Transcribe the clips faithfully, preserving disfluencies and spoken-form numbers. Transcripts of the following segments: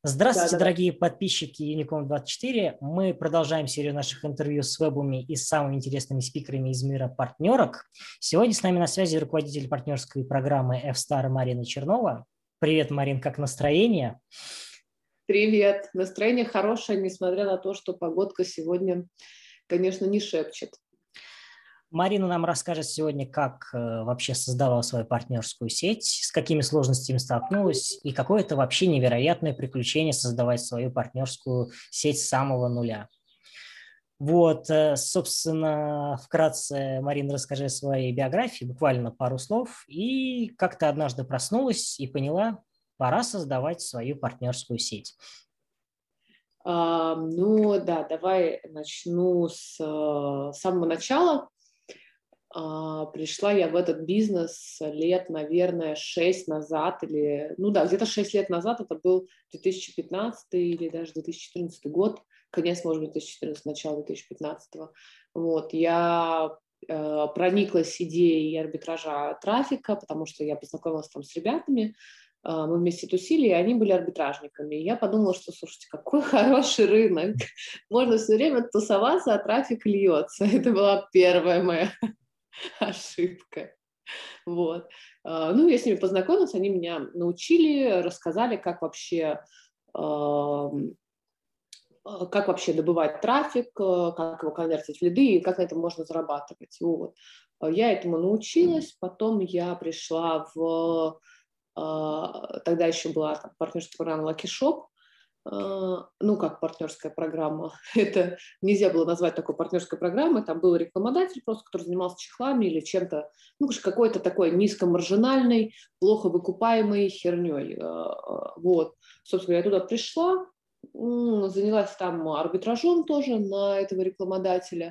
Здравствуйте, Да-да-да. дорогие подписчики Unicom двадцать четыре. Мы продолжаем серию наших интервью с вебами и с самыми интересными спикерами из мира партнерок. Сегодня с нами на связи руководитель партнерской программы F-Star Марина Чернова. Привет, Марин, как настроение? Привет. Настроение хорошее, несмотря на то, что погодка сегодня, конечно, не шепчет. Марина нам расскажет сегодня, как э, вообще создавала свою партнерскую сеть, с какими сложностями столкнулась и какое это вообще невероятное приключение создавать свою партнерскую сеть с самого нуля. Вот, э, собственно, вкратце, Марина, расскажи о своей биографии, буквально пару слов, и как ты однажды проснулась и поняла, пора создавать свою партнерскую сеть. А, ну да, давай начну с э, самого начала. А, пришла я в этот бизнес лет, наверное, шесть назад, или, ну да, где-то шесть лет назад, это был две тысячи пятнадцатый или даже две тысячи четырнадцатый год, конец, может быть, две тысячи четырнадцатого, начало две тысячи пятнадцатого. Вот, я э, прониклась идеей арбитража трафика, потому что я познакомилась там с ребятами, э, мы вместе тусили, и они были арбитражниками. И я подумала, что, слушайте, какой хороший рынок, можно все время тусоваться, а трафик льется. Это была первая моя ошибка. Вот. А, Ну, я с ними познакомилась, они меня научили, рассказали, как вообще, ам, а, как вообще добывать трафик, а, как его конвертить в лиды и как на этом можно зарабатывать. Вот. А Я этому научилась, потом я пришла в... а, Тогда еще была там партнерская программа Lucky Shop, а, ну, как партнерская программа, это нельзя было назвать такой партнерской программой, там был рекламодатель просто, который занимался чехлами или чем-то, ну, какой-то такой низкомаржинальной, плохо выкупаемой херней. Вот, собственно, я туда пришла, занялась там арбитражом тоже на этого рекламодателя,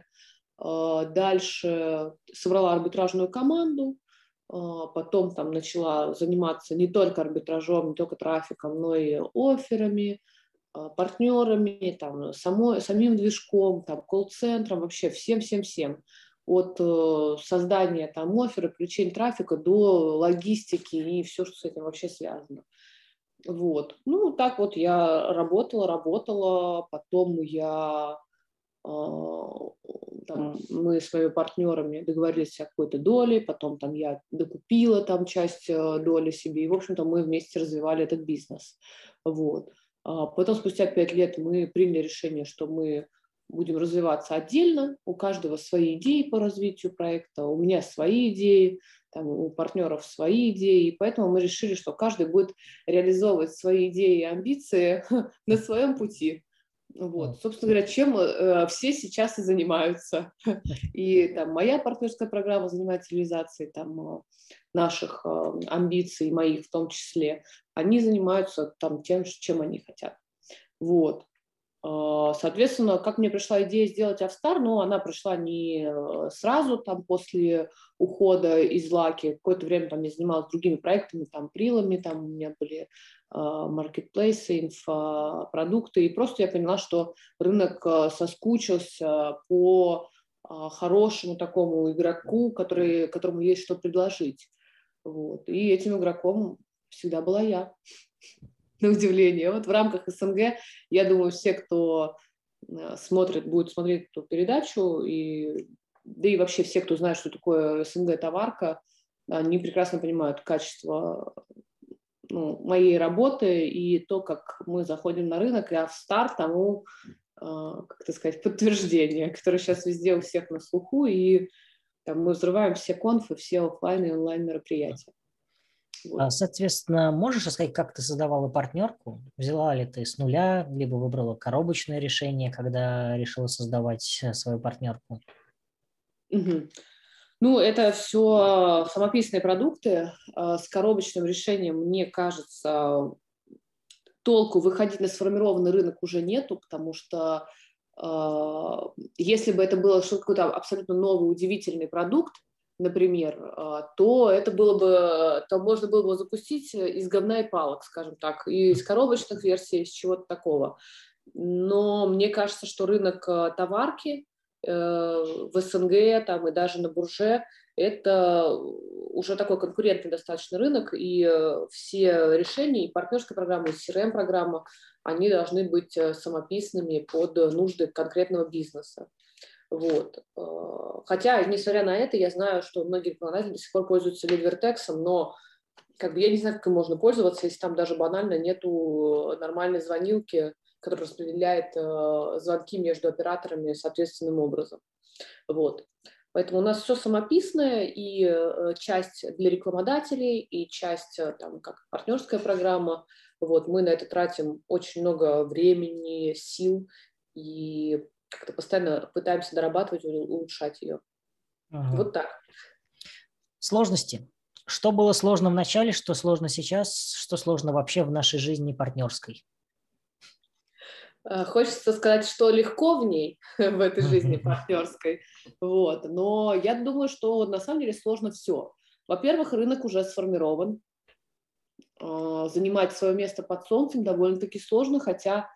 дальше собрала арбитражную команду, потом там начала заниматься не только арбитражом, не только трафиком, но и офферами, партнерами, там, самой, самим движком, там, колл-центром, вообще всем-всем-всем. От э, создания там оффера, включения трафика до логистики и все, что с этим вообще связано. Вот. Ну, так вот я работала, работала, потом я э, там, мы с моими партнерами договорились о какой-то доле, потом там я докупила там часть э, доли себе, и, в общем-то, мы вместе развивали этот бизнес. Вот. А потом, спустя пять лет, мы приняли решение, что мы будем развиваться отдельно, у каждого свои идеи по развитию проекта, у меня свои идеи, там, у партнеров свои идеи, и поэтому мы решили, что каждый будет реализовывать свои идеи и амбиции на своем пути. Вот, собственно говоря, чем э, все сейчас и занимаются. И там моя партнерская программа занимается реализацией там, э, наших э, амбиций, моих в том числе. Они занимаются там тем, чем они хотят. Вот. Соответственно, как мне пришла идея сделать F-Star, ну, она пришла не сразу, там, после ухода из Лаки. Какое-то время там я занималась другими проектами, там, прилами, там у меня были маркетплейсы, инфопродукты, и просто я поняла, что рынок соскучился по хорошему такому игроку, который, которому есть что предложить. Вот. И этим игроком всегда была я. На удивление. Вот в рамках СНГ, я думаю, все, кто смотрит, будет смотреть эту передачу, и, да и вообще все, кто знает, что такое СНГ-товарка, они прекрасно понимают качество, ну, моей работы и то, как мы заходим на рынок, и F-Star тому, как это сказать, подтверждение, которое сейчас везде у всех на слуху, и там, мы взрываем все конфы, все офлайн и онлайн мероприятия. Вот. Соответственно, можешь рассказать, как ты создавала партнерку? Взяла ли ты с нуля, либо выбрала коробочное решение, когда решила создавать свою партнерку? Угу. Ну, это все самописные продукты. С коробочным решением, мне кажется, толку выходить на сформированный рынок уже нету, потому что если бы это был какой-то абсолютно новый, удивительный продукт, например, то это было бы, то можно было бы запустить из говна и палок, скажем так, и из коробочных версий, из чего-то такого. Но мне кажется, что рынок товарки в СНГ там, и даже на бурже, это уже такой конкурентный достаточно рынок, и все решения, и партнерская программа, и си эр эм-программа, они должны быть самописными под нужды конкретного бизнеса. Вот. Хотя, несмотря на это, я знаю, что многие рекламодатели до сих пор пользуются лидвертексом, но как бы я не знаю, как им можно пользоваться, если там даже банально нету нормальной звонилки, которая распределяет э, звонки между операторами соответственным образом. Вот. Поэтому у нас все самописное, и э, часть для рекламодателей, и часть э, там, как партнерская программа. Вот. Мы на это тратим очень много времени, сил, и как-то постоянно пытаемся дорабатывать, улучшать ее. Ага. Вот так. Сложности. Что было сложно в начале, что сложно сейчас, что сложно вообще в нашей жизни партнерской? Хочется сказать, что легко в ней, в этой жизни партнерской. Вот. Но я думаю, что на самом деле сложно все. Во-первых, рынок уже сформирован. Занимать свое место под солнцем довольно-таки сложно, хотя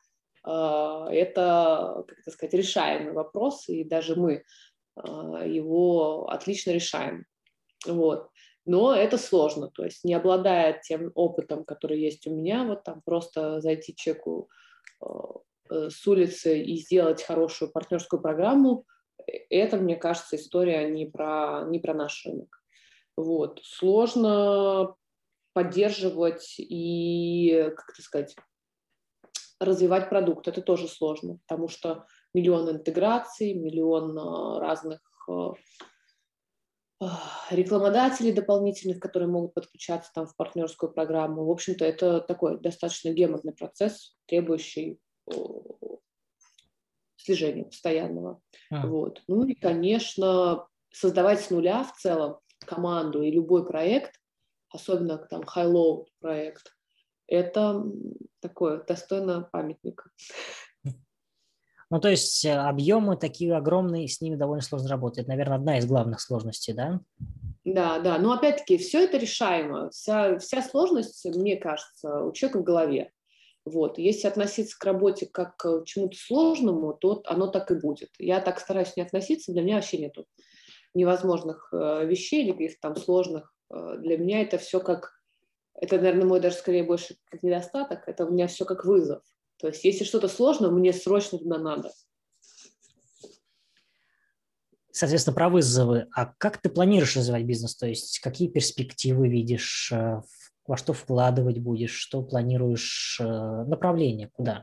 это, как это сказать, решаемый вопрос, и даже мы его отлично решаем. Вот. Но это сложно, то есть не обладая тем опытом, который есть у меня, вот там просто зайти человеку с улицы и сделать хорошую партнерскую программу, это, мне кажется, история не про, не про наш рынок. Вот. Сложно поддерживать и, как это сказать, развивать продукт. Это тоже сложно, потому что миллион интеграций, миллион разных рекламодателей дополнительных, которые могут подключаться там в партнерскую программу. В общем-то, это такой достаточно геморный процесс, требующий слежения постоянного. А. Вот. Ну и, конечно, создавать с нуля в целом команду и любой проект, особенно там high-low проект, это такое достойно памятника. Ну, то есть объемы такие огромные, с ними довольно сложно работать. Это, наверное, одна из главных сложностей, да? Да, да. Но опять-таки все это решаемо. Вся, вся сложность, мне кажется, у человека в голове. Вот. Если относиться к работе как к чему-то сложному, то оно так и будет. Я так стараюсь не относиться, для меня вообще нету невозможных э, вещей или каких-то там сложных. Э, для меня это все как, это, наверное, мой даже скорее больше как недостаток, это у меня все как вызов. То есть если что-то сложно, мне срочно туда надо. Соответственно, про вызовы. А как ты планируешь развивать бизнес? То есть какие перспективы видишь, во что вкладывать будешь, что планируешь, направление, куда?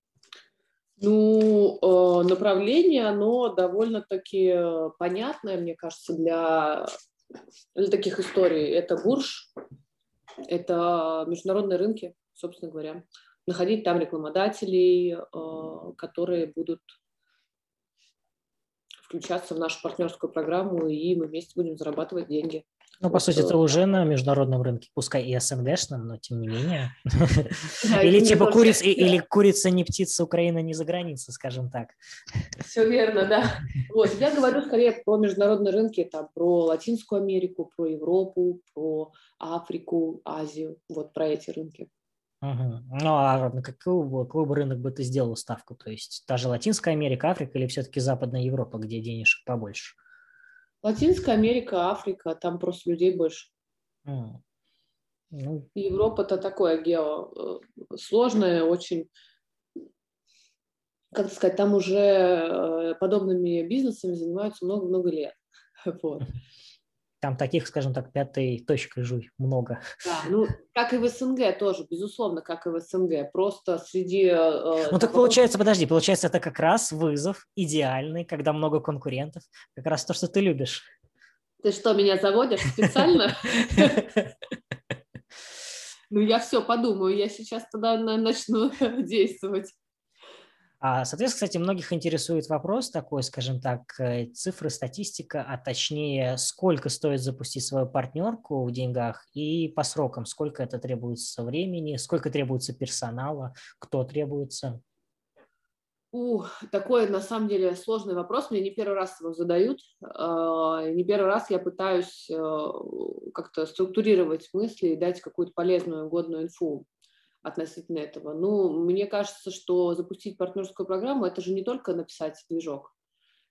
Ну, направление, оно довольно-таки понятное, мне кажется, для, для таких историй. Это бурж, это международные рынки, собственно говоря. Находить там рекламодателей, которые будут включаться в нашу партнерскую программу, и мы вместе будем зарабатывать деньги. Ну, по вот, сути, это уже на международном рынке, пускай и СНГшном, но тем не менее. Или типа курица, или курица не птица, Украина не за границей, скажем так. Все верно, да. Вот, я говорю скорее про международные рынки, там, про Латинскую Америку, про Европу, про Африку, Азию, вот про эти рынки. Угу. Ну, а на какой, какой бы рынок бы ты сделал ставку? То есть та же Латинская Америка, Африка или все-таки Западная Европа, где денежек побольше? Латинская Америка, Африка, там просто людей больше. Mm. Ну. Европа-то такое гео сложное, очень, как сказать, там уже подобными бизнесами занимаются много-много лет. Вот. Там таких, скажем так, пятой точкой жуй много. Да, ну, как и в СНГ тоже, безусловно, как и в СНГ. Просто среди... Э, ну, так получается, подожди, получается, это как раз вызов идеальный, когда много конкурентов. Как раз то, что ты любишь. Ты что, меня заводишь специально? Ну, я все подумаю, я сейчас тогда начну действовать. А, соответственно, кстати, многих интересует вопрос такой, скажем так, цифры, статистика, а точнее, сколько стоит запустить свою партнерку в деньгах и по срокам, сколько это требуется времени, сколько требуется персонала, кто требуется. Ух, такой, на самом деле, сложный вопрос. Мне не первый раз его задают. Не первый раз я пытаюсь как-то структурировать мысли и дать какую-то полезную, годную инфу относительно этого. Ну, мне кажется, что запустить партнерскую программу – это же не только написать движок.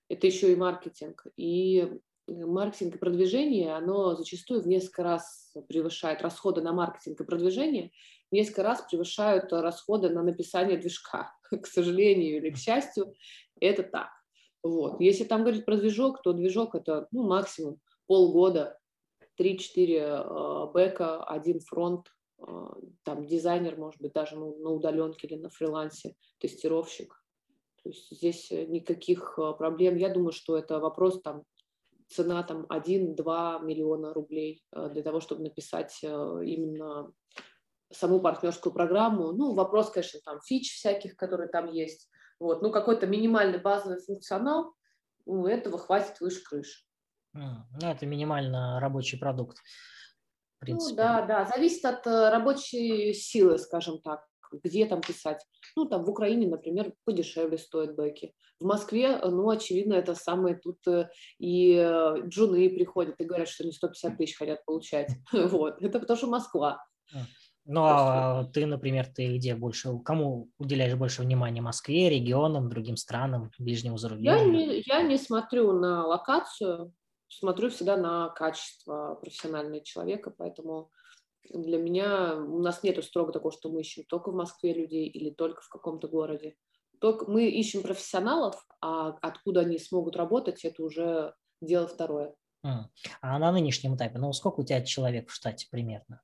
это еще и маркетинг. И маркетинг и продвижение, оно зачастую в несколько раз превышает расходы на маркетинг и продвижение, в несколько раз превышают расходы на написание движка. К сожалению или к счастью, это так. Вот. Если там говорить про движок, то движок это ну, максимум полгода, три-четыре э, бэка, один фронт, э, там дизайнер, может быть, даже ну, на удаленке или на фрилансе, тестировщик. То есть здесь никаких проблем. Я думаю, что это вопрос там цена там один-два миллиона рублей для того, чтобы написать именно саму партнерскую программу. Ну, вопрос, конечно, там фич всяких, которые там есть. Вот. Ну, какой-то минимальный базовый функционал, ну, этого хватит выше крыши. Ну, это минимально рабочий продукт, в принципе. Ну, да, да, зависит от рабочей силы, скажем так, где там писать. Ну, там в Украине, например, подешевле стоят бэки. В Москве, ну, очевидно, это самые тут и джуны приходят и говорят, что они сто пятьдесят тысяч хотят получать. Вот, это потому что Москва. Ну, а ты, например, ты где больше, кому уделяешь больше внимания? Москве, регионам, другим странам, ближнему зарубежью? Я не, я не смотрю на локацию, смотрю всегда на качество профессионального человека, поэтому для меня у нас нет строго такого, что мы ищем только в Москве людей или только в каком-то городе. Только мы ищем профессионалов, а откуда они смогут работать, это уже дело второе. А на нынешнем этапе, ну, сколько у тебя человек в штате примерно?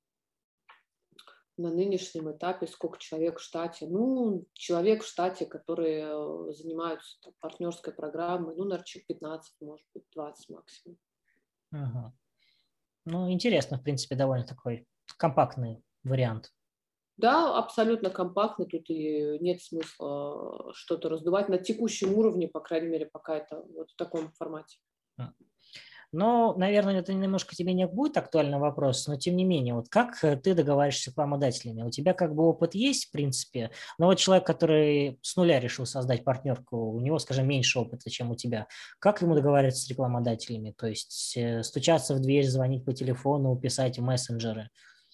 На нынешнем этапе сколько человек в штате? Ну, человек в штате, которые занимаются там, партнерской программой, ну, наверное, пятнадцать, может быть, двадцать максимум. Угу. Ну, интересно, в принципе, довольно такой компактный вариант. Да, абсолютно компактно, тут и нет смысла что-то раздувать на текущем уровне, по крайней мере, пока это вот в таком формате. Но, наверное, это немножко тебе не будет актуальный вопрос, но тем не менее, вот как ты договариваешься с рекламодателями? У тебя как бы опыт есть, в принципе, но вот человек, который с нуля решил создать партнерку, у него, скажем, меньше опыта, чем у тебя. Как ему договариваться с рекламодателями? То есть стучаться в дверь, звонить по телефону, писать в мессенджеры?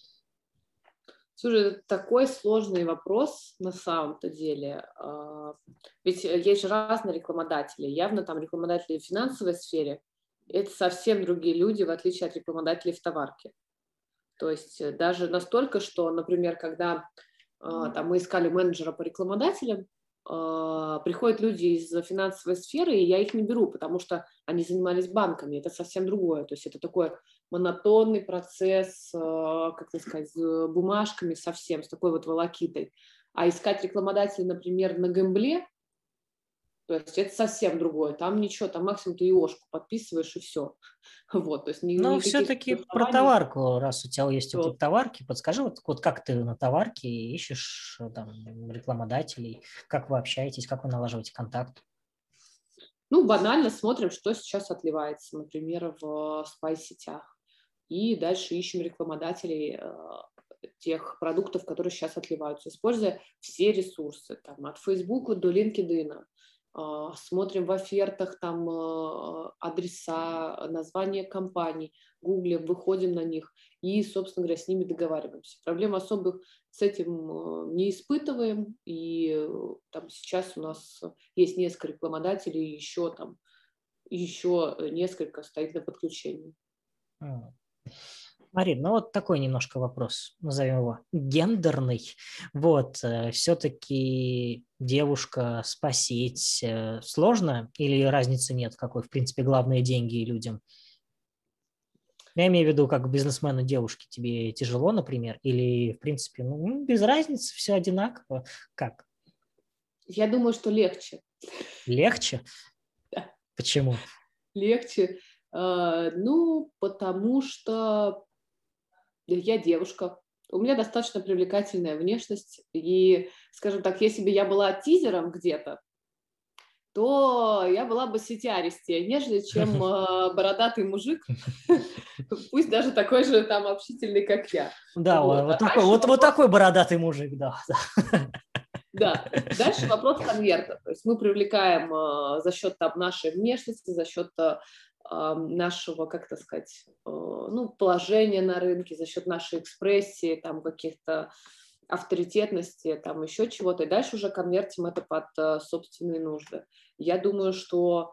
Слушай, это такой сложный вопрос на самом-то деле. Ведь есть же разные рекламодатели. Явно там рекламодатели в финансовой сфере – это совсем другие люди, в отличие от рекламодателей в товарке. То есть даже настолько, что, например, когда там, мы искали менеджера по рекламодателям, приходят люди из финансовой сферы, и я их не беру, потому что они занимались банками. Это совсем другое. То есть это такой монотонный процесс, как сказать, с бумажками совсем, с такой вот волокитой. А искать рекламодателя, например, на Гэмбле, то есть это совсем другое. Там ничего, там максимум ты ИОшку подписываешь и все. Вот, то есть ни, Но никаких все-таки про товарку, раз у тебя есть опыт товарки, подскажи, вот, вот как ты на товарке ищешь там, рекламодателей, как вы общаетесь, как вы налаживаете контакт? Ну, банально смотрим, что сейчас отливается, например, в спай-сетях. И дальше ищем рекламодателей э, тех продуктов, которые сейчас отливаются, используя все ресурсы, там, от Facebook до LinkedIn. Э, смотрим в офертах там э, адреса, названия компаний, гуглим, выходим на них и, собственно говоря, с ними договариваемся. Проблем особых с этим не испытываем, и там сейчас у нас есть несколько рекламодателей, и еще там еще несколько стоит на подключении. Марин, ну вот такой немножко вопрос, назовем его гендерный. Вот, все-таки девушка спасить сложно или разницы нет? Какой, в принципе, главные деньги людям? Я имею в виду, как бизнесмену девушки, тебе тяжело, например, или, в принципе, ну, без разницы, все одинаково? Как? Я думаю, что легче. Легче? Да. Почему? Легче. Ну, потому что я девушка, у меня достаточно привлекательная внешность, и, скажем так, если бы я была тизером где-то, то я была бы сетяристее, нежели чем э, бородатый мужик, пусть даже такой же там общительный, как я. Да, вот, вот, а такой, вот, вопрос... вот такой бородатый мужик, да. Да, дальше вопрос конверта. То есть мы привлекаем э, за счет там, нашей внешности, за счет э, нашего, как это сказать, э, ну, положения на рынке, за счет нашей экспрессии, там каких-то авторитетности, там еще чего-то. И дальше уже конвертим это под э, собственные нужды. Я думаю, что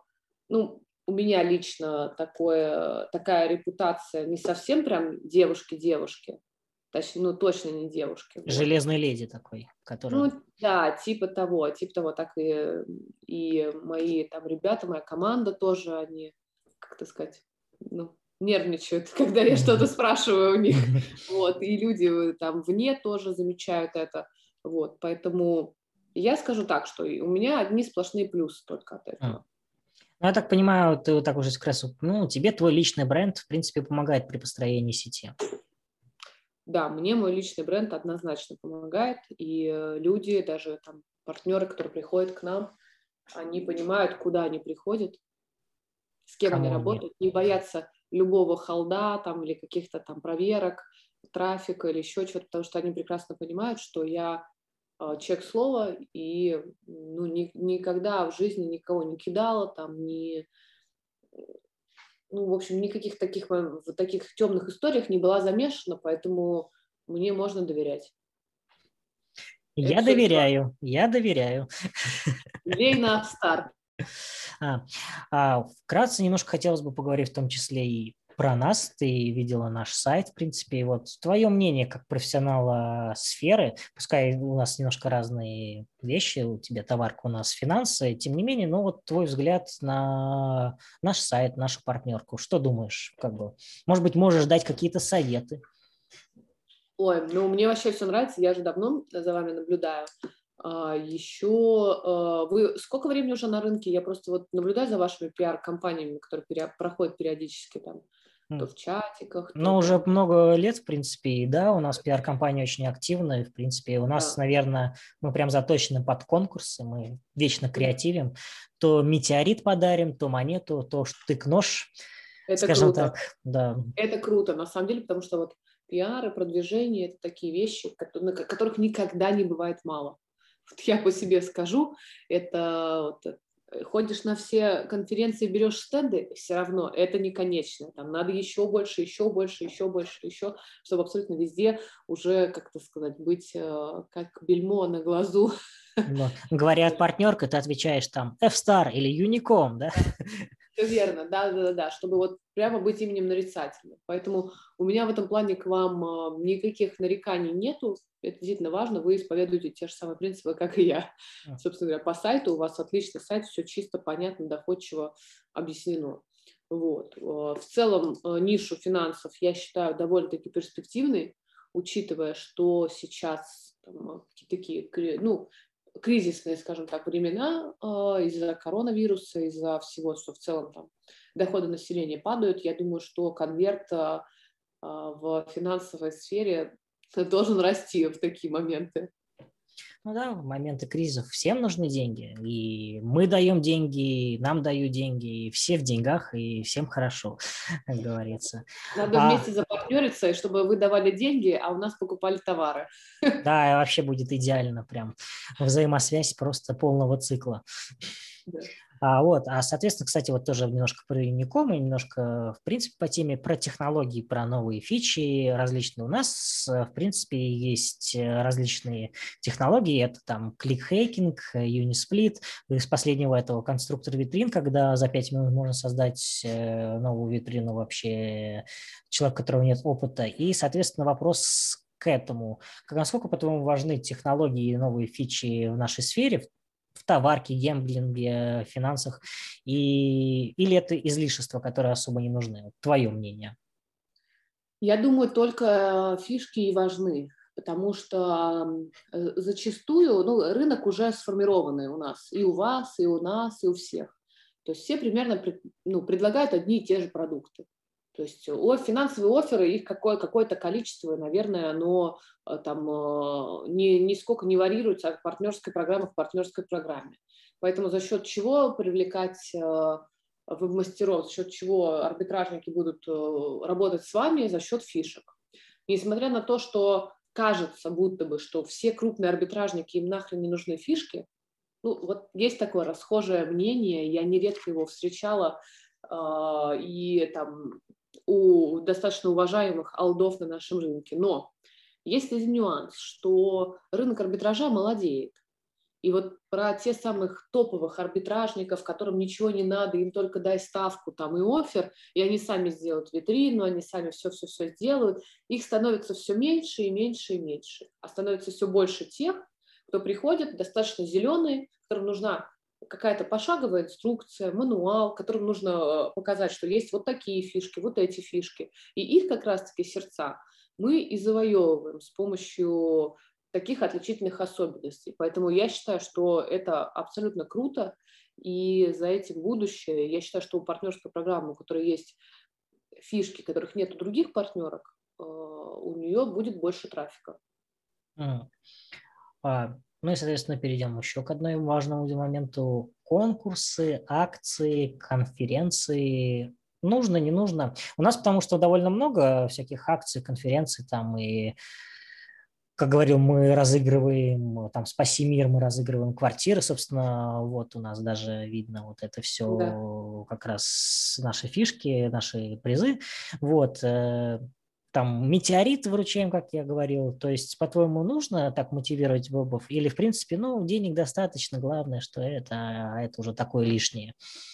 ну, у меня лично такое, такая репутация не совсем прям девушки-девушки, точнее, ну, точно не девушки. Вот. Железной леди такой, которая... Ну, да, типа того, типа того, так и, и мои там ребята, моя команда тоже, они, как это сказать, ну, нервничают, когда я что-то спрашиваю у них, вот, и люди там вне тоже замечают это, вот, поэтому я скажу так, что у меня одни сплошные плюсы только от этого. Ну, я так понимаю, ты вот так уже как раз упомянул, тебе твой личный бренд, в принципе, помогает при построении сети. Да, мне мой личный бренд однозначно помогает, и люди, даже там партнеры, которые приходят к нам, они понимают, куда они приходят, с кем они Кому они? работают, не боятся любого холда там, или каких-то там проверок, трафика или еще чего-то, потому что они прекрасно понимают, что я э, человек слова и ну, ни, никогда в жизни никого не кидала, там, не, ну, в общем, никаких таких, в таких темных историях не была замешана, поэтому мне можно доверять. Я Это все-таки доверяю, я доверяю. Лейна Стар. А, а, вкратце немножко хотелось бы поговорить в том числе и про нас. Ты видела наш сайт, в принципе. И вот твое мнение как профессионала сферы, пускай у нас немножко разные вещи, у тебя товарка, у нас финансы, тем не менее, ну вот твой взгляд на наш сайт, нашу партнерку. Что думаешь? Как бы, может быть, можешь дать какие-то советы? Ой, ну мне вообще все нравится, я же давно за вами наблюдаю. А, еще а, вы сколько времени уже на рынке? Я просто вот наблюдаю за вашими пиар-компаниями, которые пере, проходят периодически там, то в чатиках, то Ну, уже там. много лет, в принципе, и да, у нас пиар-компания очень активная, в принципе, у нас, Да. наверное, мы прям заточены под конкурсы, мы вечно креативим, то метеорит подарим, то монету, то штык-нож, Это скажем круто. так, да. Это круто, на самом деле, потому что вот пиар и продвижение – это такие вещи, которых никогда не бывает мало. Вот я по себе скажу, это вот, ходишь на все конференции, берешь стенды, все равно это не конечно. Там надо еще больше, еще больше, еще больше, еще, чтобы абсолютно везде уже, как-то сказать, быть как бельмо на глазу. Но, говорят партнерка, ты отвечаешь там F-Star или Unicom, да? Все верно, да, да, да, чтобы вот прямо быть именем нарицательным. Поэтому у меня в этом плане к вам никаких нареканий нету. Это действительно важно. Вы исповедуете те же самые принципы, как и я. Собственно говоря, по сайту у вас отличный сайт, все чисто, понятно, доходчиво объяснено. Вот. В целом нишу финансов я считаю довольно-таки перспективной, учитывая, что сейчас там, такие, ну, кризисные, скажем так, времена э, из-за коронавируса, из-за всего, что в целом там доходы населения падают, я думаю, что конверт э, в финансовой сфере должен расти в такие моменты. Ну да, в моменты кризисов всем нужны деньги, и мы даем деньги, и нам дают деньги, и все в деньгах, и всем хорошо, как говорится. Надо А, вместе запартнериться, чтобы вы давали деньги, а у нас покупали товары. да, вообще будет идеально, прям взаимосвязь просто полного цикла. Да. А, вот, а, соответственно, кстати, вот тоже немножко про Unicom и немножко, в принципе, по теме про технологии, про новые фичи различные. У нас, в принципе, есть различные технологии. Это там кликхейкинг, Unisplit, из последнего этого конструктор витрин, когда за пять минут можно создать новую витрину вообще человек, у которого нет опыта. И, соответственно, вопрос к этому. Насколько, по-твоему, важны технологии и новые фичи в нашей сфере, в товарке, гемблинге, финансах, и, или это излишества, которые особо не нужны? Твое мнение. Я думаю, только фишки и важны, потому что зачастую ну, рынок уже сформированный у нас, и у вас, и у нас, и у всех. То есть все примерно ну, предлагают одни и те же продукты. То есть о, финансовые офферы, их какое, какое-то количество, наверное, оно там ни, нисколько не варьируется от партнерской программы к партнерской программе. Поэтому за счет чего привлекать веб-мастеров, за счет чего арбитражники будут работать с вами, за счет фишек. Несмотря на то, что кажется, будто бы, что все крупные арбитражники, им нахрен не нужны фишки, ну, вот есть такое расхожее мнение, я нередко его встречала, э, и там у достаточно уважаемых алдов на нашем рынке. Но есть один нюанс, что рынок арбитража молодеет. И вот про те самых топовых арбитражников, которым ничего не надо, им только дай ставку там и оффер, и они сами сделают витрину, они сами все-все-все сделают, их становится все меньше и меньше и меньше. А становится все больше тех, кто приходит, достаточно зеленые, которым нужна какая-то пошаговая инструкция, мануал, которым нужно показать, что есть вот такие фишки, вот эти фишки. И их как раз-таки сердца мы и завоевываем с помощью таких отличительных особенностей. Поэтому я считаю, что это абсолютно круто, и за этим будущее. Я считаю, что у партнерской программы, у которой есть фишки, которых нет у других партнерок, у нее будет больше трафика. Mm. А, ну и, соответственно, перейдем еще к одному важному моменту. Конкурсы, акции, конференции. Нужно, не нужно? У нас потому что довольно много всяких акций, конференций там и, как говорил, мы разыгрываем, там, «Спаси мир», мы разыгрываем квартиры, собственно, вот у нас даже видно вот это все Да. как раз наши фишки, наши призы, вот, там, метеорит выручаем, как я говорил, то есть, по-твоему, нужно так мотивировать вебов или, в принципе, ну, денег достаточно, главное, что это, а это уже такое лишнее?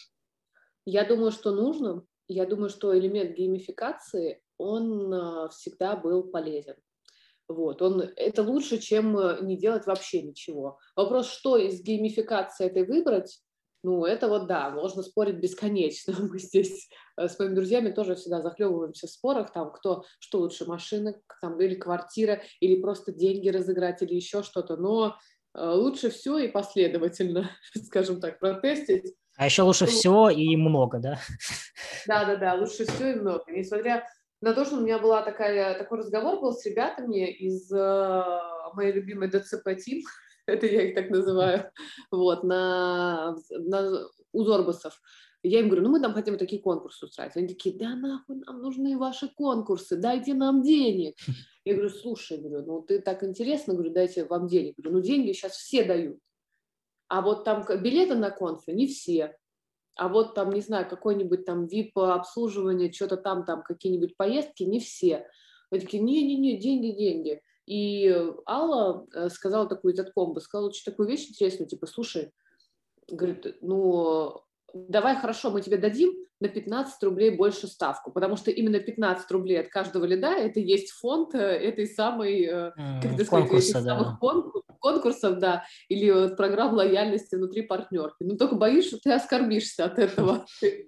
Я думаю, что нужно, я думаю, что элемент геймификации, он всегда был полезен. Вот, он, это лучше, чем не делать вообще ничего. Вопрос, что из геймификации этой выбрать, ну, это вот да, можно спорить бесконечно. Мы здесь с моими друзьями тоже всегда захлебываемся в спорах, там, кто, что лучше, машина там, или квартира, или просто деньги разыграть, или еще что-то. Но э, лучше все и последовательно, скажем так, протестить. А еще лучше Ну, всего и много, да? да-да-да, лучше все и много. Несмотря на то, что у меня была такая, такой разговор был с ребятами из э, моей любимой ДЦП-тим, это я их так называю, вот, на, на, у Зорбасов. Я им говорю, ну мы там хотим такие конкурсы устраивать. Они такие, да нахуй нам нужны ваши конкурсы, дайте нам денег. Я говорю, слушай, говорю, ну ты так интересно, говорю, дайте вам денег. Говорю, ну деньги сейчас все дают. А вот там билеты на конфы не все. А вот там, не знаю, какой-нибудь там ви ай пи-обслуживание, что-то там, там какие-нибудь поездки, не все. Они такие, не-не-не, деньги, деньги. И Алла сказала такую заткомбу, сказала очень такую вещь интересную, типа, слушай, говорит, ну, давай, хорошо, мы тебе дадим на пятнадцать рублей больше ставку, потому что именно пятнадцать рублей от каждого лида это есть фонд этой самой, как это сказать, этих Конкурса, самых да. конкурсов, да, или вот программ лояльности внутри партнерки. Ну, только боюсь, что ты оскорбишься от этого.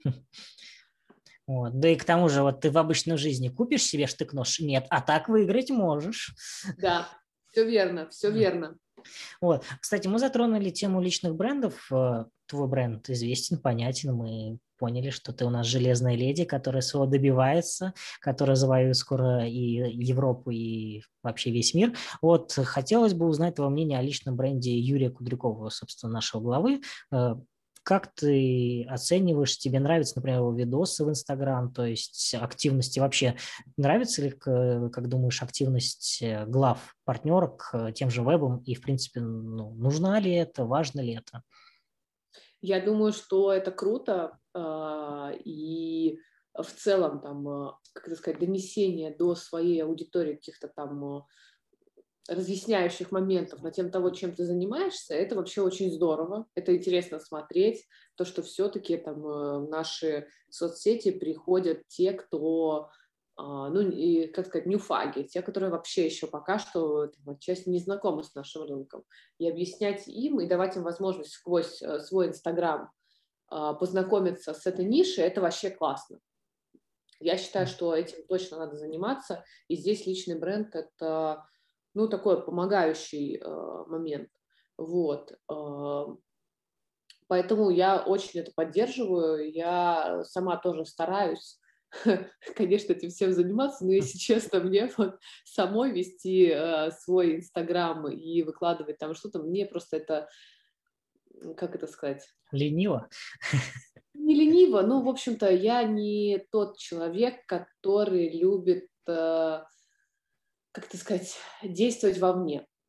Вот. Да и к тому же, вот ты в обычной жизни купишь себе штык-нож? Нет, а так выиграть можешь. Да, все верно, все верно. Вот. Кстати, мы затронули тему личных брендов. Твой бренд известен, понятен. Мы поняли, что ты у нас железная леди, которая своего добивается, которая завоюет скоро и Европу, и вообще весь мир. Вот хотелось бы узнать твое мнение о личном бренде Юрия Кудрякова, собственно, нашего главы. Как ты оцениваешь, тебе нравятся, например, его видосы в Инстаграм, то есть активности вообще? Нравится ли, как думаешь, активность глав партнерок тем же вебом? И, в принципе, ну, нужна ли это, важно ли это? Я думаю, что это круто. И в целом, там, как это сказать, донесение до своей аудитории каких-то там разъясняющих моментов на тему того, чем ты занимаешься, это вообще очень здорово. Это интересно смотреть, то, что все-таки там в наши соцсети приходят те, кто, ну, и, как сказать, ньюфаги, те, которые вообще еще пока что там, отчасти не знакомы с нашим рынком. И объяснять им, и давать им возможность сквозь свой Инстаграм познакомиться с этой нишей, это вообще классно. Я считаю, что этим точно надо заниматься, и здесь личный бренд – это ну, такой помогающий э, момент. Вот. Э, поэтому я очень это поддерживаю. Я сама тоже стараюсь, конечно, этим всем заниматься, но, если честно, мне вот самой вести э, свой Инстаграм и выкладывать там что-то, мне просто это, как это сказать? Лениво? Не лениво, но, в общем-то, я не тот человек, который любит... Э, как это сказать, действовать вовне.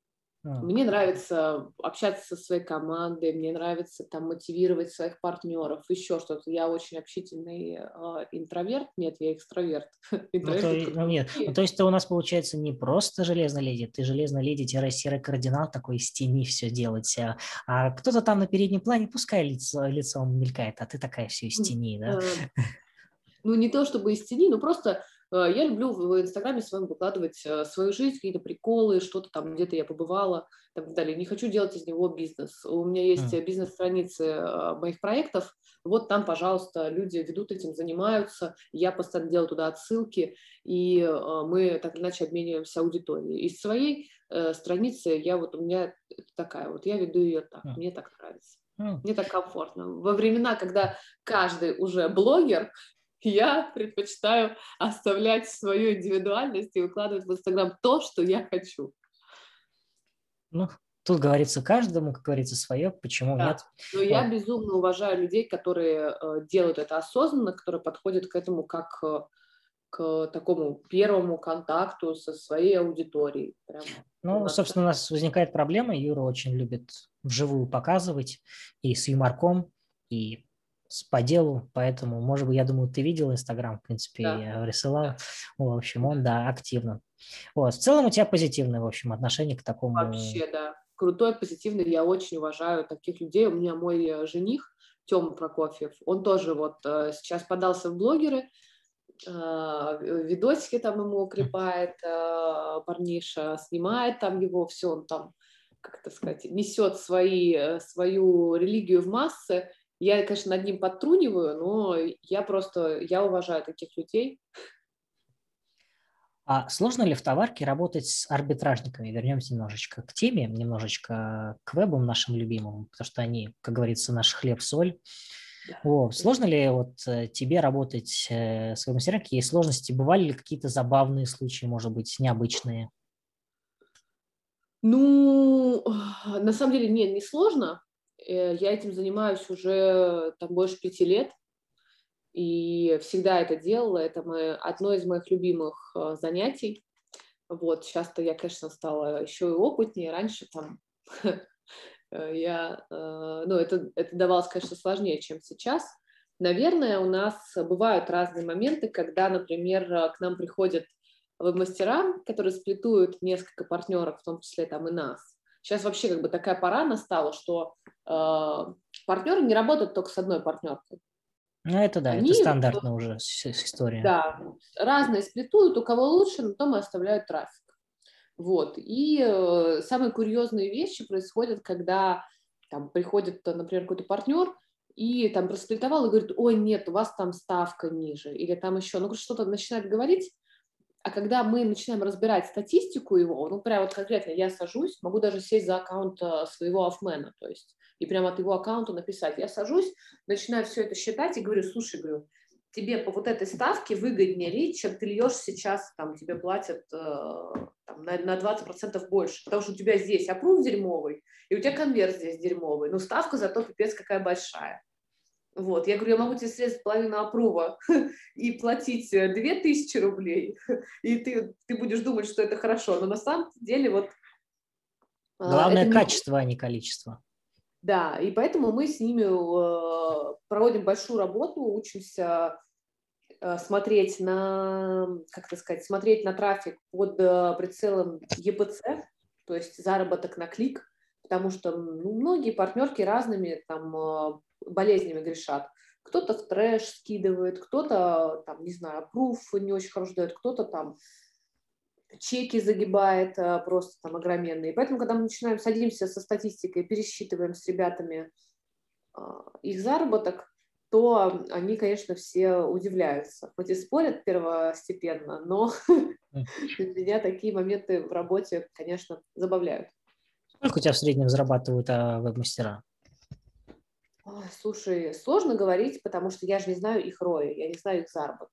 Mm. Мне нравится общаться со своей командой, мне нравится там мотивировать своих партнеров, еще что-то. Я очень общительный э, интроверт. Нет, я экстраверт. Ну, то, Интроверт, это ну, нет. Ну, то есть ты у нас, получается, не просто железная леди, ты железная леди-серый кардинал такой из тени все делать, а, а кто-то там на переднем плане, пускай лицо, лицом мелькает, а ты такая все из тени, да? Ну, не то чтобы из тени, но просто э, я люблю в, в Инстаграме своем выкладывать э, свою жизнь, какие-то приколы, что-то там, где-то я побывала и так далее. Не хочу делать из него бизнес. У меня есть Mm. бизнес-страницы э, моих проектов, вот там, пожалуйста, люди ведут этим, занимаются, я постоянно делаю туда отсылки, и э, мы так или иначе обмениваемся аудиторией. Из своей э, страницы я вот, у меня такая вот, я веду ее так, Mm. мне так нравится. Mm. Мне так комфортно. Во времена, когда каждый уже блогер, я предпочитаю оставлять свою индивидуальность и выкладывать в Инстаграм то, что я хочу. Ну, тут говорится каждому, как говорится, свое, почему Да. нет. Но я Вот. безумно уважаю людей, которые э, делают это осознанно, которые подходят к этому как э, к такому первому контакту со своей аудиторией. Прям Ну, полноценно. собственно, у нас возникает проблема. Юра очень любит вживую показывать и с юморком, и с по делу, поэтому, может быть, я думаю, ты видел Инстаграм, в принципе, Да, я присылал. да, В общем, он, да. да, активно. Вот. В целом у тебя позитивное, в общем, отношение к такому. Вообще, да. Крутой, позитивный. Я очень уважаю таких людей. У меня мой э, жених Тёма Прокофьев, он тоже вот э, сейчас подался в блогеры, э, видосики там ему укрепает, э, парниша снимает там его, все, он там, как это сказать, несет свои, э, свою религию в массы. Я, конечно, над ним подтруниваю, но я просто, я уважаю таких людей. А сложно ли в товарке работать с арбитражниками? Вернемся немножечко к теме, немножечко к вебам нашим любимым, потому что они, как говорится, наш хлеб-соль. Да. Вот. Сложно ли вот э, тебе работать э, с веб-мастерами? Какие сложности? Бывали ли какие-то забавные случаи, может быть, необычные? Ну, на самом деле, нет, не сложно. Э, Я этим занимаюсь уже там больше пяти лет. И всегда это делала. Это мое, одно из моих любимых э, занятий. Вот, сейчас-то я, конечно, стала еще и опытнее. Раньше там э, я, э, ну, это, это давалось, конечно, сложнее, чем сейчас. Наверное, у нас бывают разные моменты, когда, например, э, к нам приходят веб-мастера, которые сплитуют несколько партнеров, в том числе там и нас. Сейчас вообще как бы такая пора настала, что э, партнеры не работают только с одной партнеркой. Ну, это да, это Они, стандартная уже с- с- история. да, разные сплитуют, у кого лучше, но потом и оставляют трафик. Вот. И э, самые курьезные вещи происходят, когда там приходит, например, какой-то партнер и там просплитовал и говорит: ой, нет, у вас там ставка ниже, или там еще, ну, что-то начинает говорить, а когда мы начинаем разбирать статистику его, ну, прям вот конкретно я сажусь, могу даже сесть за аккаунт э, своего оффмена, то есть, и прямо от его аккаунта написать. Я сажусь, начинаю все это считать и говорю: слушай, говорю, тебе по вот этой ставке выгоднее лить, чем ты льешь сейчас, там, тебе платят э, там, на, на двадцать процентов больше, потому что у тебя здесь аппрув дерьмовый, и у тебя конверт здесь дерьмовый, но ставка зато пипец какая большая. Вот, я говорю: я могу тебе срезать половину аппрува и платить две тысячи рублей, и ты, ты будешь думать, что это хорошо, но на самом деле вот а, Главное это не... качество, а не количество. Да, и поэтому мы с ними э, проводим большую работу, учимся э, смотреть на, как это сказать, смотреть на трафик под э, прицелом и пи ци, то есть заработок на клик, потому что ну, многие партнерки разными там э, болезнями грешат. Кто-то в трэш скидывает, кто-то, там, не знаю, аппрув не очень хорошо дает, кто-то там чеки загибает а, просто там огроменные. И поэтому, когда мы начинаем, садимся со статистикой, пересчитываем с ребятами а, их заработок, то они, конечно, все удивляются. Хоть и спорят первостепенно, но меня такие моменты в работе, конечно, забавляют. Сколько у тебя в среднем зарабатывают а, веб-мастера? Ой, слушай, сложно говорить, потому что я же не знаю их рои, я не знаю их заработок.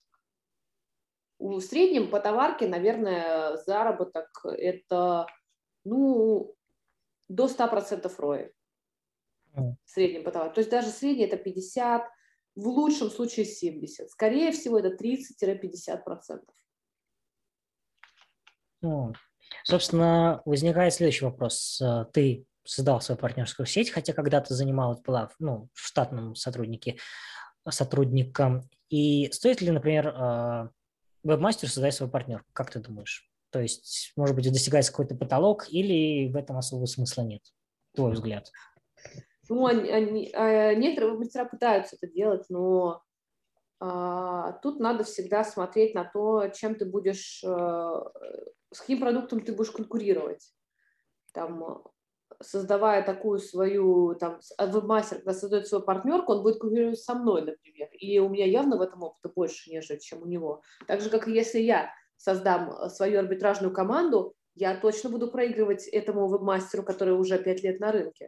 В среднем по товарке, наверное, заработок это, ну, до ста процентов рои. Mm. В среднем по товару. То есть даже средний это пятьдесят, в лучшем случае семьдесят. Скорее всего, это тридцать-пятьдесят процентов. Ну, собственно, возникает следующий вопрос. Э, Ты создал свою партнерскую сеть, хотя когда-то занималась, была, ну, в штатном сотруднике, сотрудником. И стоит ли, например, э, веб-мастер создать свою партнерку? Как ты думаешь? То есть, может быть, достигается какой-то потолок или в этом особого смысла нет? Твой взгляд. Ну, они, они, а, некоторые мастера пытаются это делать, но а, тут надо всегда смотреть на то, чем ты будешь, а, с каким продуктом ты будешь конкурировать. Там, создавая такую свою, там, с- а веб-мастер, когда создает свою партнерку, он будет конкурировать со мной, например. И у меня явно в этом опыта больше, нежели чем у него. Так же, как и если я создам э, свою арбитражную команду, я точно буду проигрывать этому веб-мастеру, который уже пять лет на рынке.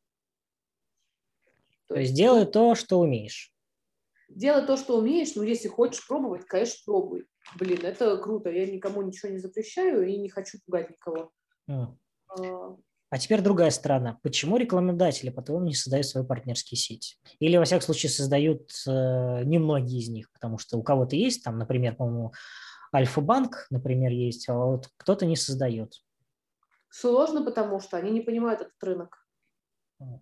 То То есть есть делай тут то, что умеешь. делай то, что умеешь, но если хочешь пробовать, конечно, пробуй. Блин, это круто. Я никому ничего не запрещаю и не хочу пугать никого. М. А, А теперь другая сторона. Почему рекламодатели, по-твоему, не создают свои партнерские сети? Или, во всяком случае, создают э, немногие из них, потому что у кого-то есть, там, например, по-моему, Альфа-банк, например, есть, а вот кто-то не создает. Сложно, потому что они не понимают этот рынок. М.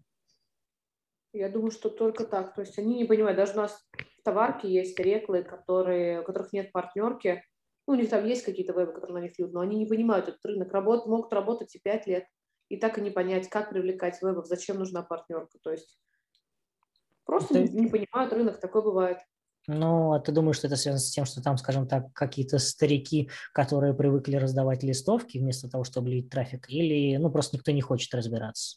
Я думаю, что только так. То есть они не понимают. Даже у нас в товарке есть реклы, которые, у которых нет партнерки. Ну, у них там есть какие-то вебы, которые на них идут, но они не понимают этот рынок. Работ, могут работать и пять лет. И так и не понять, как привлекать вебов, зачем нужна партнерка. То есть просто не, Ты- не понимают рынок, такое бывает. Ну, а ты думаешь, что это связано с тем, что там, скажем так, какие-то старики, которые привыкли раздавать листовки вместо того, чтобы лить трафик, или, ну, просто никто не хочет разбираться?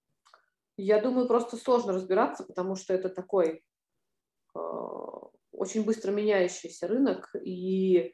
Я думаю, просто сложно разбираться, потому что это такой э, очень быстро меняющийся рынок. И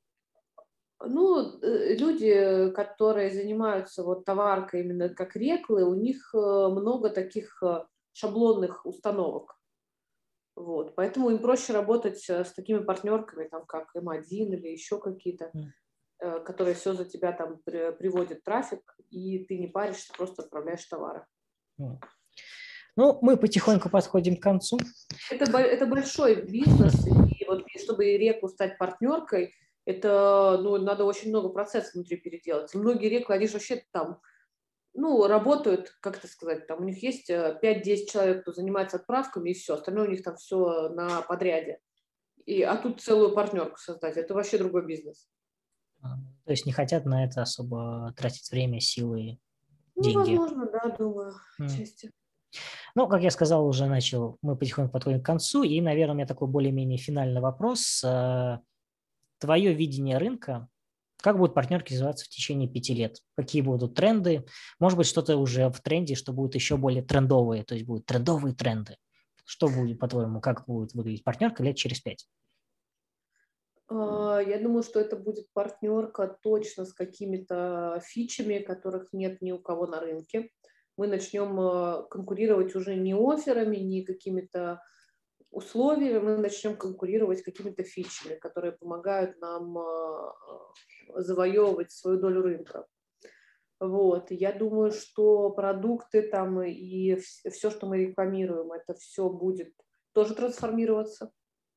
ну, э, люди, которые занимаются вот товаркой именно как реклы, у них э, много таких э, шаблонных установок. Вот. Поэтому им проще работать э, с такими партнерками, там, как эм один или еще какие-то, М. э, которые все за тебя там при- приводят трафик, и ты не паришься, просто отправляешь товары. М. Ну, мы потихоньку подходим к концу. Это, бо- это большой бизнес, и вот и чтобы и реклу стать партнеркой, это, ну, надо очень много процессов внутри переделать. И многие реклы, они же вообще там ну, работают, как это сказать, там у них есть э, пять-десять человек, кто занимается отправками, и все, остальное у них там все на подряде. И, а тут целую партнерку создать, это вообще другой бизнес. А, То есть не хотят на это особо тратить время, силы, Ну, деньги. возможно, да, думаю, М. отчасти. Ну, как я сказал, уже начал, мы потихоньку подходим к концу, и, наверное, у меня такой более-менее финальный вопрос. Э, Твое видение рынка, как будут партнерки развиваться в течение пяти лет? Какие будут тренды? Может быть, что-то уже в тренде, что будет еще более трендовые, то есть будут трендовые тренды. Что будет, по-твоему, как будет выглядеть партнерка лет через пять? А, Я думаю, что это будет партнерка точно с какими-то фичами, которых нет ни у кого на рынке. Мы начнем э, конкурировать уже не офферами, не какими-то условиями, мы начнем конкурировать какими-то фичами, которые помогают нам э, завоевывать свою долю рынка. Вот. Я думаю, что продукты там и все, что мы рекламируем, это все будет тоже трансформироваться.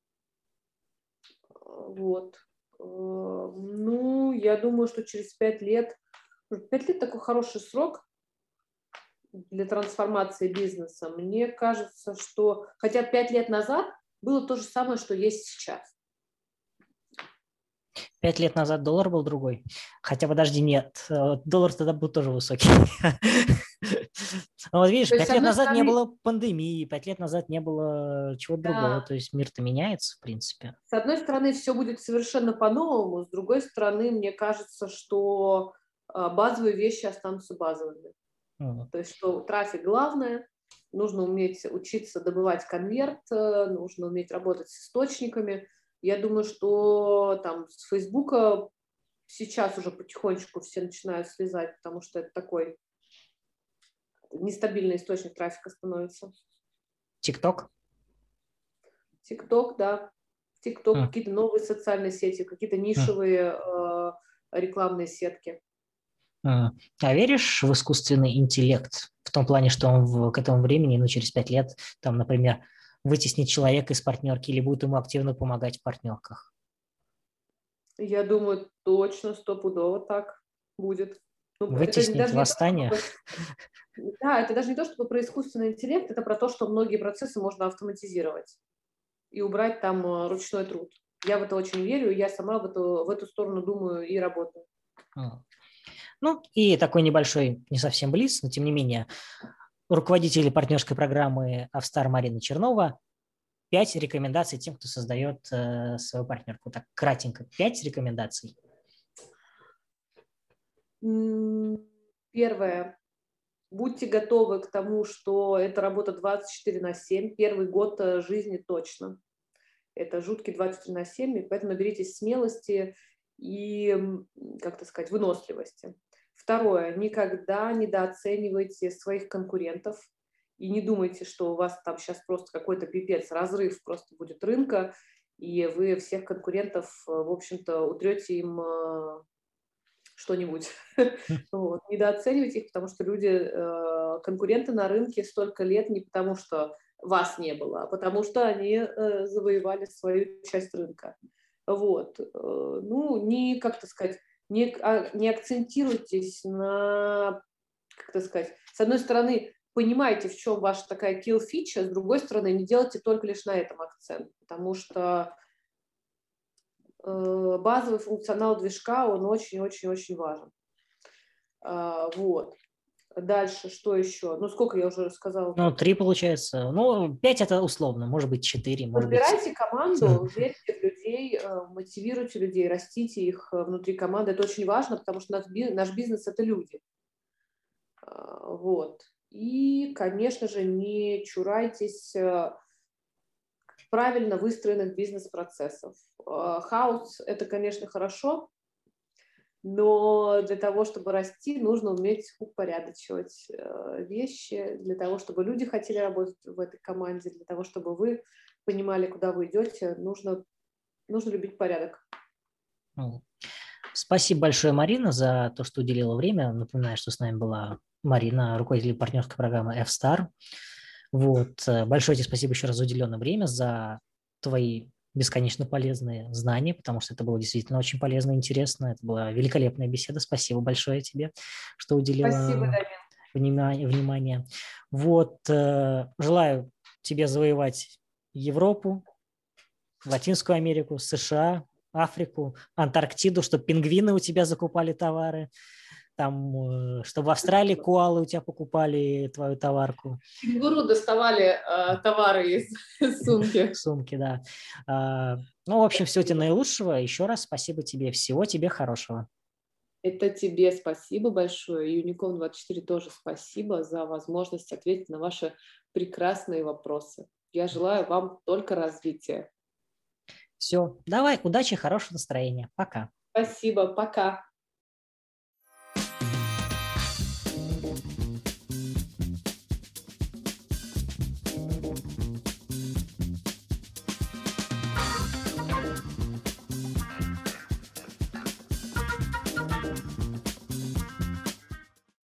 Вот. Э, Ну, я думаю, что через пять лет, пять лет такой хороший срок для трансформации бизнеса. Мне кажется, что, хотя пять лет назад было то же самое, что есть сейчас. Пять лет назад доллар был другой. Хотя, подожди, нет, э, доллар тогда был тоже высокий. Ну, вот видишь, То есть, пять с лет одной назад не стороны, было пандемии, пять лет назад не было чего-то другого. да, То есть мир-то меняется, в принципе. с одной стороны, все будет совершенно по-новому, с другой стороны, мне кажется, что а, базовые вещи останутся базовыми. Мгм. То есть, что трафик главное, нужно уметь учиться добывать конверт, э, нужно уметь работать с источниками. Я думаю, что там с Фейсбука сейчас уже потихонечку все начинают слезать, потому что это такой нестабильный источник трафика становится. ТикТок? ТикТок, да. ТикТок, М, какие-то новые социальные сети, какие-то м, нишевые э, рекламные сетки. м. А веришь в искусственный интеллект? В том плане, что он в- к этому времени, ну, через пять лет, там, например, вытеснит человека из партнерки или будет ему активно помогать в партнерках? Я думаю, точно, стопудово так будет. Ну, это не- Вытеснить даже не то, восстание? чтобы... Да, это даже не то, чтобы про искусственный интеллект, это про то, что многие процессы можно автоматизировать и убрать там э, ручной труд. Я в это очень верю, и я сама в эту, в эту сторону думаю и работаю. М. Ну, и такой небольшой, не совсем блиц, но тем не менее, руководитель партнерской программы Австар Марина Чернова. Пять рекомендаций тем, кто создает э, свою партнерку. Так, кратенько, пять рекомендаций. М, Первое. Будьте готовы к тому, что это работа двадцать четыре на семь. Первый год э, жизни точно. Это жуткий двадцать четыре на семь, и поэтому наберитесь смелости и, м, как-то сказать, выносливости. Второе. Никогда недооценивайте своих конкурентов и не думайте, что у вас там сейчас просто какой-то пипец, разрыв просто будет рынка, и вы всех конкурентов, э, в общем-то, утрете им э, что-нибудь. Вот. Недооценивайте их, потому что люди, э, конкуренты на рынке столько лет не потому, что вас не было, а потому что они э, завоевали свою часть рынка. Вот. Э, ну, не, как-то сказать, не, а, не акцентируйтесь на, как-то сказать, с одной стороны, понимаете, в чем ваша такая kill фича, с другой стороны, не делайте только лишь на этом акцент, потому что э, базовый функционал движка, он очень-очень-очень важен. А, вот. Дальше, что еще? Ну, сколько я уже Ну, рассказала? три получается. Ну, пять это условно, может быть, четыре, может быть. Подбирайте команду, верьте в людей, э, мотивируйте людей, растите их э, внутри команды. Это очень важно, потому что наш би- наш бизнес – это люди. А, Вот. И, конечно же, не чурайтесь э, правильно выстроенных бизнес-процессов. А, Хаос – это, конечно, хорошо, но для того, чтобы расти, нужно уметь упорядочивать э, вещи, для того, чтобы люди хотели работать в этой команде, для того, чтобы вы понимали, куда вы идете, нужно, нужно любить порядок. Ну, спасибо большое, Марина, за то, что уделила время. Напоминаю, что с нами была Марина, руководитель партнерской программы F-Star. Вот. э, Большое тебе спасибо еще раз за уделенное время, за твои бесконечно полезные знания, потому что это было действительно очень полезно и интересно. Это была великолепная беседа. Спасибо большое тебе, что Спасибо, уделила Дамир. внимание. внимание. Вот. э, Желаю тебе завоевать Европу, Латинскую Америку, США, Африку, Антарктиду, чтобы пингвины у тебя закупали товары, там, э, чтобы в Австралии коалы у тебя покупали твою товарку. Кенгуру доставали э, товары из, из сумки. Сумки, да. А, Ну, в общем, всего тебе Спасибо. наилучшего. Еще раз спасибо тебе. Всего тебе хорошего. Это тебе спасибо большое. И Unicorn двадцать четыре тоже спасибо за возможность ответить на ваши прекрасные вопросы. Я желаю вам только развития. Все. Давай, удачи, хорошего настроения. Пока. Спасибо. Пока.